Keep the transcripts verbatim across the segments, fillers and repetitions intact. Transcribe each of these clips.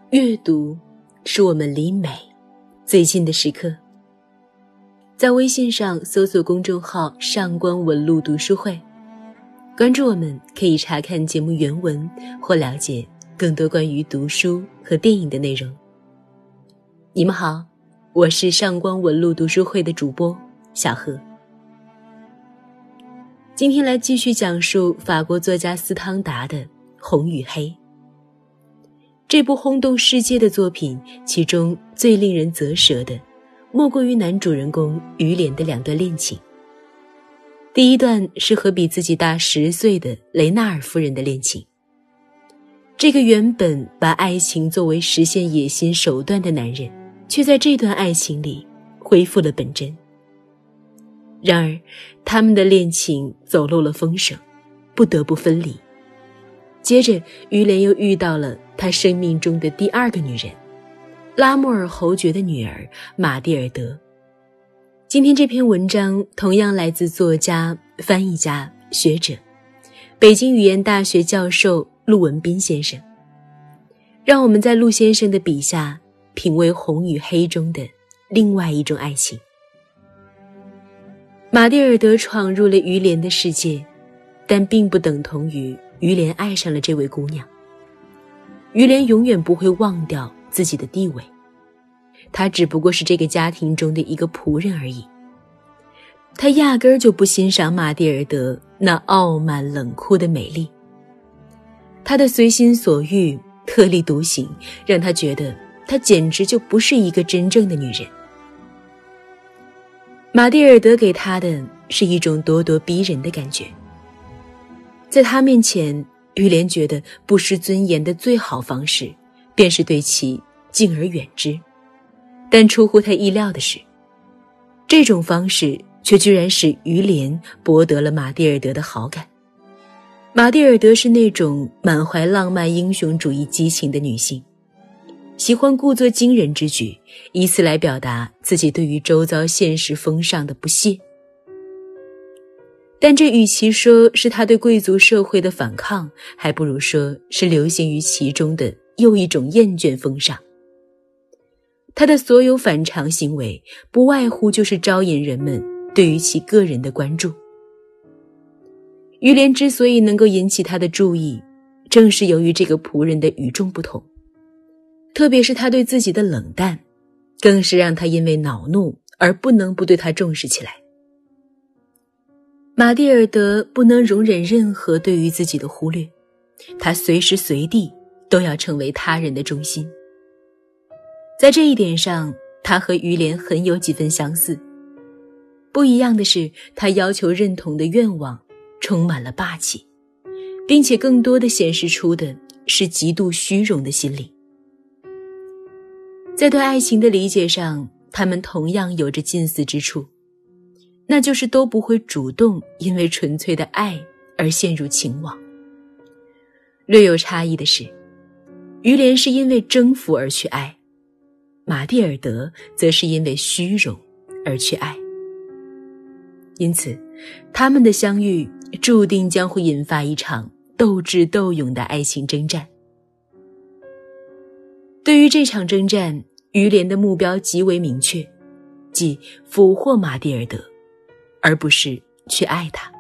阅读是我们离美最近的时刻。在微信上搜索公众号上官文露读书会，关注我们可以查看节目原文或了解更多关于读书和电影的内容。你们好，我是上官文露读书会的主播小何。今天来继续讲述法国作家斯汤达的《红与黑》。这部轰动世界的作品，其中最令人啧舌的莫过于男主人公于连的两段恋情。第一段是和比自己大十岁的雷纳尔夫人的恋情。这个原本把爱情作为实现野心手段的男人，却在这段爱情里恢复了本真。然而他们的恋情走漏了风声，不得不分离。接着于连又遇到了他生命中的第二个女人，拉莫尔侯爵的女儿玛蒂尔德。今天这篇文章同样来自作家、翻译家、学者，北京语言大学教授陆文斌先生。让我们在陆先生的笔下品味红与黑中的另外一种爱情。玛蒂尔德闯入了于连的世界，但并不等同于于连爱上了这位姑娘。于连永远不会忘掉自己的地位，他只不过是这个家庭中的一个仆人而已。他压根儿就不欣赏玛蒂尔德那傲慢冷酷的美丽，他的随心所欲、特立独行，让他觉得她简直就不是一个真正的女人。玛蒂尔德给他的是一种咄咄逼人的感觉，在他面前，于连觉得不失尊严的最好方式便是对其敬而远之。但出乎他意料的是，这种方式却居然使于连博得了玛蒂尔德的好感。玛蒂尔德是那种满怀浪漫英雄主义激情的女性，喜欢故作惊人之举，以此来表达自己对于周遭现实风尚的不屑。但这与其说是他对贵族社会的反抗，还不如说是流行于其中的又一种厌倦风尚。他的所有反常行为，不外乎就是招引人们对于其个人的关注。于连之所以能够引起他的注意，正是由于这个仆人的与众不同，特别是他对自己的冷淡，更是让他因为恼怒而不能不对他重视起来。玛蒂尔德不能容忍任何对于自己的忽略，他随时随地都要成为他人的中心。在这一点上，他和于连很有几分相似。不一样的是，他要求认同的愿望充满了霸气，并且更多地显示出的是极度虚荣的心理。在对爱情的理解上，他们同样有着近似之处，那就是都不会主动因为纯粹的爱而陷入情网。略有差异的是，于连是因为征服而去爱，玛蒂尔德则是因为虚荣而去爱。因此他们的相遇注定将会引发一场斗智斗勇的爱情征战。对于这场征战，于连的目标极为明确，即俘获玛蒂尔德，而不是去爱他。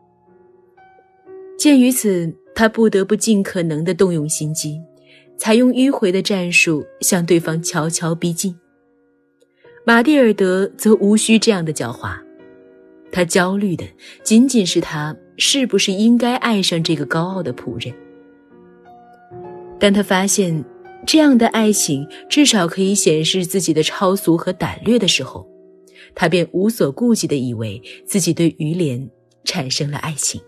鉴于此，他不得不尽可能地动用心机，采用迂回的战术向对方悄悄逼近。玛蒂尔德则无需这样的狡猾，他焦虑的仅仅是他是不是应该爱上这个高傲的仆人。但他发现这样的爱情至少可以显示自己的超俗和胆略的时候，他便无所顾忌地以为自己对于连产生了爱情。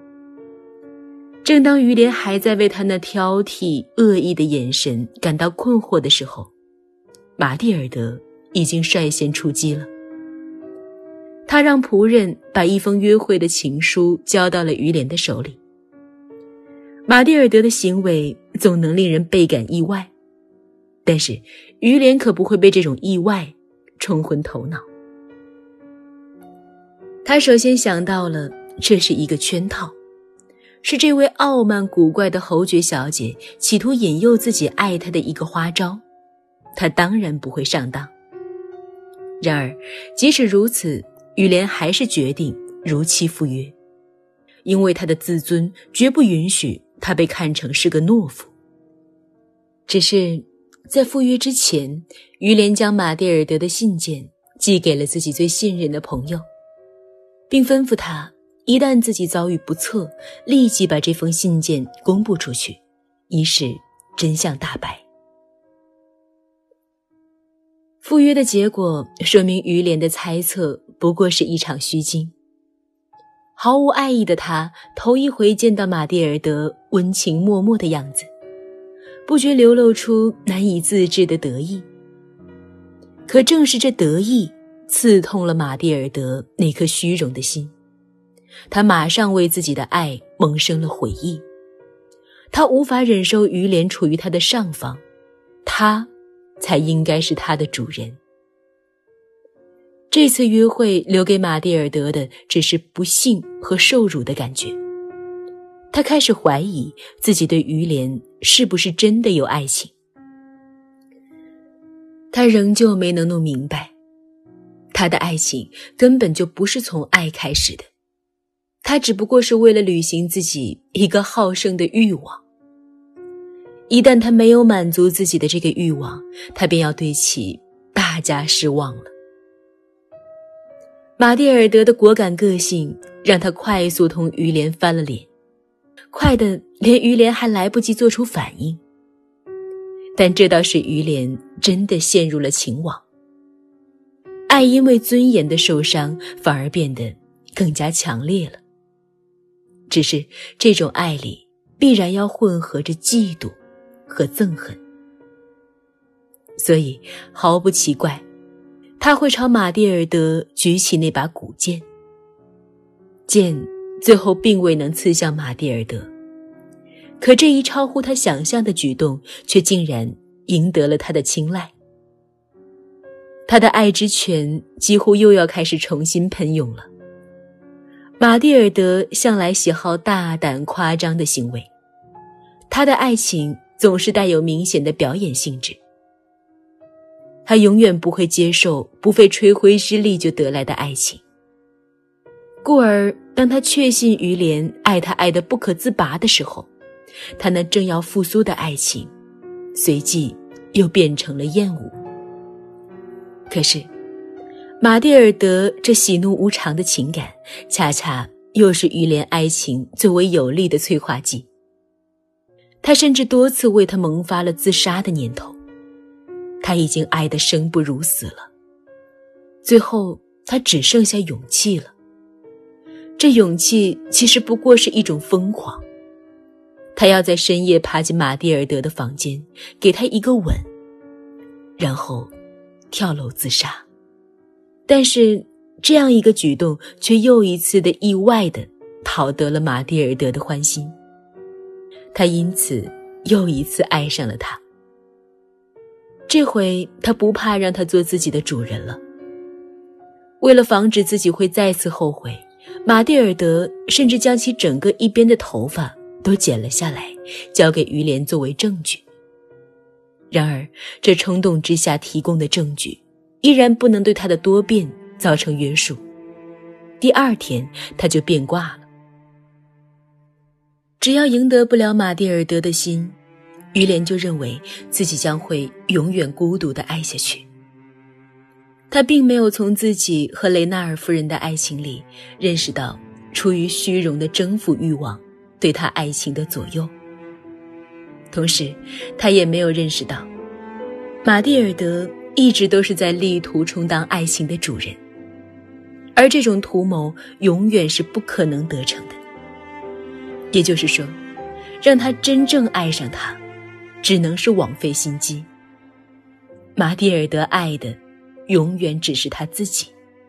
正当于连还在为他那挑剔恶意的眼神感到困惑的时候，玛蒂尔德已经率先出击了。他让仆人把一封约会的情书交到了于连的手里。玛蒂尔德的行为总能令人倍感意外，但是于连可不会被这种意外冲昏头脑。他首先想到了这是一个圈套， 是这位傲慢古怪的侯爵小姐企图引诱自己爱她的一个花招，她当然不会上当。然而即使如此，于连还是决定如期赴约，因为他的自尊绝不允许他被看成是个懦夫。只是在赴约之前，于连将马蒂尔德的信件寄给了自己最信任的朋友，并吩咐他一旦自己遭遇不测，立即把这封信件公布出去，以使真相大白。赴约的结果说明于连的猜测不过是一场虚惊。毫无爱意的他头一回见到马蒂尔德温情脉脉的样子，不觉流露出难以自制的得意。可正是这得意刺痛了马蒂尔德那颗虚荣的心，他马上为自己的爱萌生了悔意。他无法忍受于连处于他的上方，他才应该是他的主人。这次约会留给马蒂尔德的只是不幸和受辱的感觉。他开始怀疑自己对于连是不是真的有爱情。他仍旧没能弄明白，他的爱情根本就不是从爱开始的，他只不过是为了履行自己一个好胜的欲望。一旦他没有满足自己的这个欲望，他便要对其大加失望了。马蒂尔德的果敢个性让他快速同于连翻了脸，快得连于连还来不及做出反应。但这倒使于连真的陷入了情网，爱因为尊严的受伤反而变得更加强烈了。只是这种爱里必然要混合着嫉妒和憎恨，所以毫不奇怪他会朝马蒂尔德举起那把古剑。剑最后并未能刺向马蒂尔德，可这一超乎他想象的举动却竟然赢得了他的青睐。他的爱之泉几乎又要开始重新喷涌了。马蒂尔德向来喜好大胆夸张的行为，他的爱情总是带有明显的表演性质。他永远不会接受不费吹灰之力就得来的爱情，故而当他确信于连爱他爱得不可自拔的时候，他那正要复苏的爱情随即又变成了厌恶。可是马蒂尔德这喜怒无常的情感恰恰又是于连爱情最为有力的催化剂。他甚至多次为他萌发了自杀的念头。他已经爱得生不如死了，最后他只剩下勇气了。这勇气其实不过是一种疯狂。他要在深夜爬进马蒂尔德的房间，给他一个吻，然后跳楼自杀。但是这样一个举动却又一次的意外地讨得了马蒂尔德的欢心，他因此又一次爱上了他。这回他不怕让他做自己的主人了。为了防止自己会再次后悔，马蒂尔德甚至将其整个一边的头发都剪了下来，交给于连作为证据。然而这冲动之下提供的证据依然不能对他的多变造成约束。第二天他就变卦了。只要赢得不了马蒂尔德的心，于连就认为自己将会永远孤独地爱下去。他并没有从自己和雷纳尔夫人的爱情里认识到出于虚荣的征服欲望对他爱情的左右，同时他也没有认识到马蒂尔德一直都是在力图充当爱情的主人，而这种图谋永远是不可能得逞的。也就是说，让他真正爱上他只能是枉费心机。马蒂尔德爱的永远只是他自己。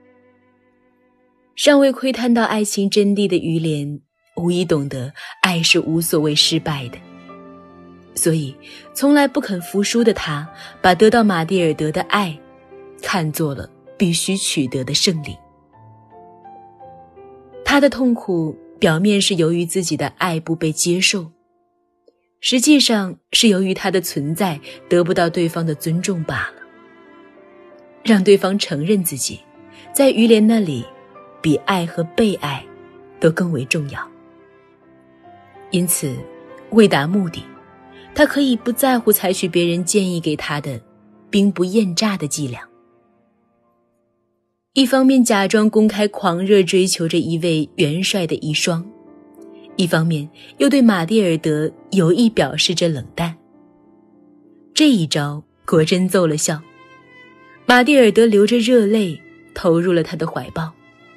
尚未窥探到爱情真谛的于连无疑懂得爱是无所谓失败的，所以从来不肯服输的他把得到马蒂尔德的爱看作了必须取得的胜利。他的痛苦表面是由于自己的爱不被接受，实际上是由于他的存在得不到对方的尊重罢了。让对方承认自己，在于连那里比爱和被爱都更为重要。因此为达目的，他可以不在乎采取别人建议给他的兵不厌诈的伎俩，一方面假装公开狂热追求着一位元帅的遗孀，一方面又对马蒂尔德有意表示着冷淡。这一招果真奏了效，马蒂尔德流着热泪投入了他的怀抱。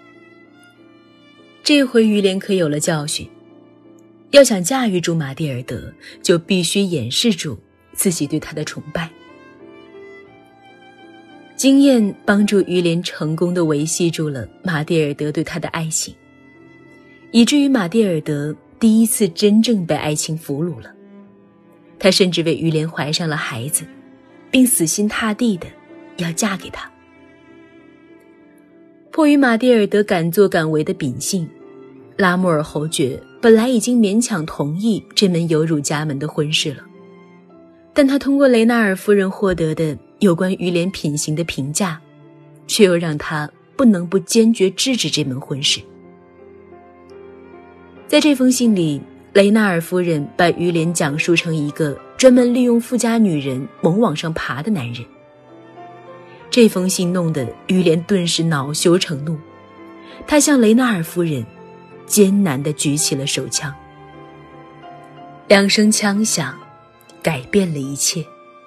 这回于连可有了教训，要想驾驭住马蒂尔德，就必须掩饰住自己对他的崇拜。经验帮助于连成功地维系住了马蒂尔德对他的爱情，以至于马蒂尔德第一次真正被爱情俘虏了。他甚至为于连怀上了孩子，并死心塌地地要嫁给他。迫于马蒂尔德敢作敢为的秉性，拉莫尔侯爵本来已经勉强同意这门有辱家门的婚事了，但他通过雷纳尔夫人获得的有关于连品行的评价，却又让他不能不坚决制止这门婚事。在这封信里，雷纳尔夫人把于连讲述成一个专门利用富家女人猛往上爬的男人。这封信弄得于连顿时恼羞成怒，他向雷纳尔夫人艰难地举起了手枪。两声枪响改变了一切。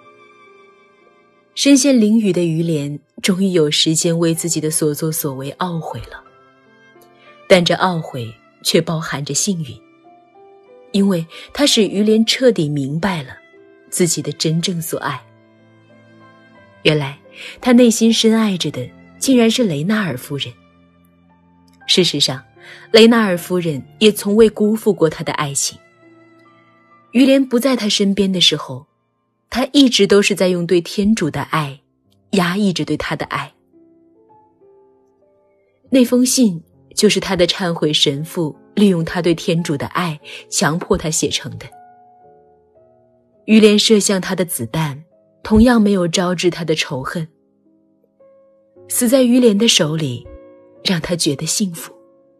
身陷囹圄的于连终于有时间为自己的所作所为懊悔了，但这懊悔却包含着幸运，因为它使于连彻底明白了自己的真正所爱。原来他内心深爱着的竟然是雷纳尔夫人。事实上，雷纳尔夫人也从未辜负过他的爱情。于连不在他身边的时候，他一直都是在用对天主的爱压抑着对他的爱。那封信就是他的忏悔神父利用他对天主的爱强迫他写成的。于连射向他的子弹同样没有招致他的仇恨，死在于连的手里让他觉得幸福。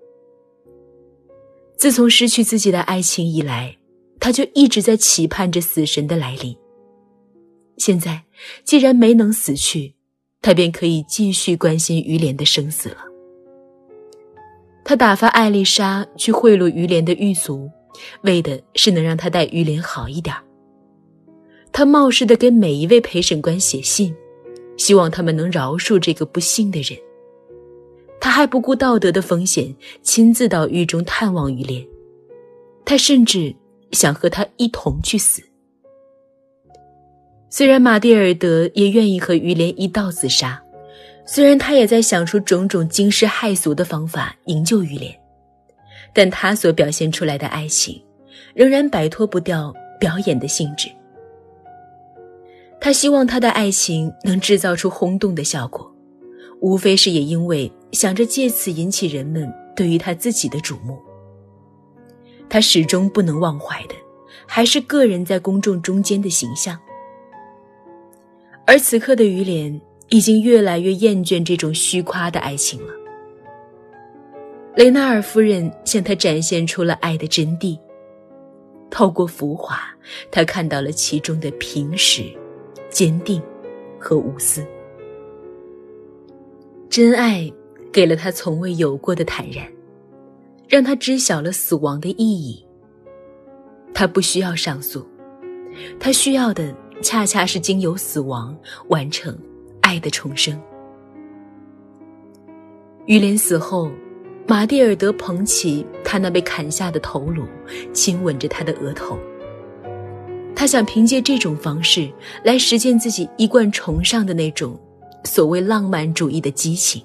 自从失去自己的爱情以来，他就一直在期盼着死神的来临。现在既然没能死去，他便可以继续关心于连的生死了。他打发艾丽莎去贿赂于连的狱卒，为的是能让他待于连好一点。他冒失地给每一位陪审官写信，希望他们能饶恕这个不幸的人。他还不顾道德的风险，亲自到狱中探望于连。他甚至想和他一同去死。虽然马蒂尔德也愿意和于连一道自杀，虽然他也在想出种种惊世骇俗的方法营救于连，但他所表现出来的爱情仍然摆脱不掉表演的性质。他希望他的爱情能制造出轰动的效果，无非是也因为想着借此引起人们对于他自己的瞩目。他始终不能忘怀的还是个人在公众中间的形象。而此刻的于连已经越来越厌倦这种虚夸的爱情了。雷纳尔夫人向他展现出了爱的真谛，透过浮华，他看到了其中的平实、坚定和无私。真爱给了他从未有过的坦然，让他知晓了死亡的意义。他不需要上诉，他需要的恰恰是经由死亡完成爱的重生。于连死后，马蒂尔德捧起他那被砍下的头颅，亲吻着他的额头。他想凭借这种方式来实践自己一贯崇尚的那种所谓浪漫主义的激情。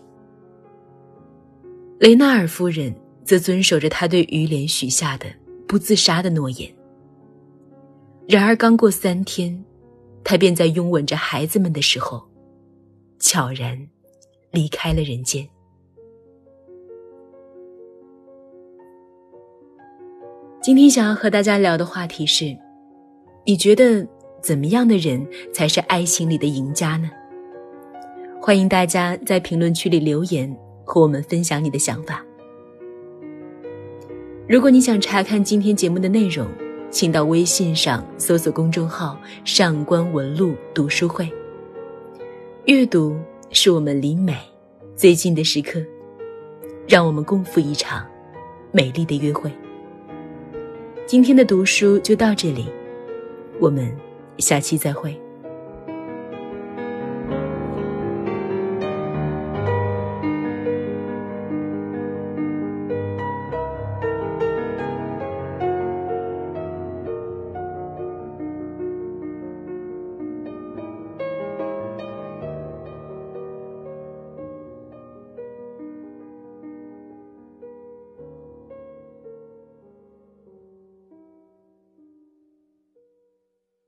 雷纳尔夫人则遵守着他对于连许下的不自杀的诺言。然而刚过三天，他便在拥吻着孩子们的时候悄然离开了人间。 今天想要和大家聊的话题是，你觉得怎么样的人才是爱情里的赢家呢？欢迎大家在评论区里留言，和我们分享你的想法。如果你想查看今天节目的内容，请到微信上搜索公众号上官文露读书会。阅读是我们离美最近的时刻，让我们共赴一场美丽的约会。今天的读书就到这里，我们下期再会。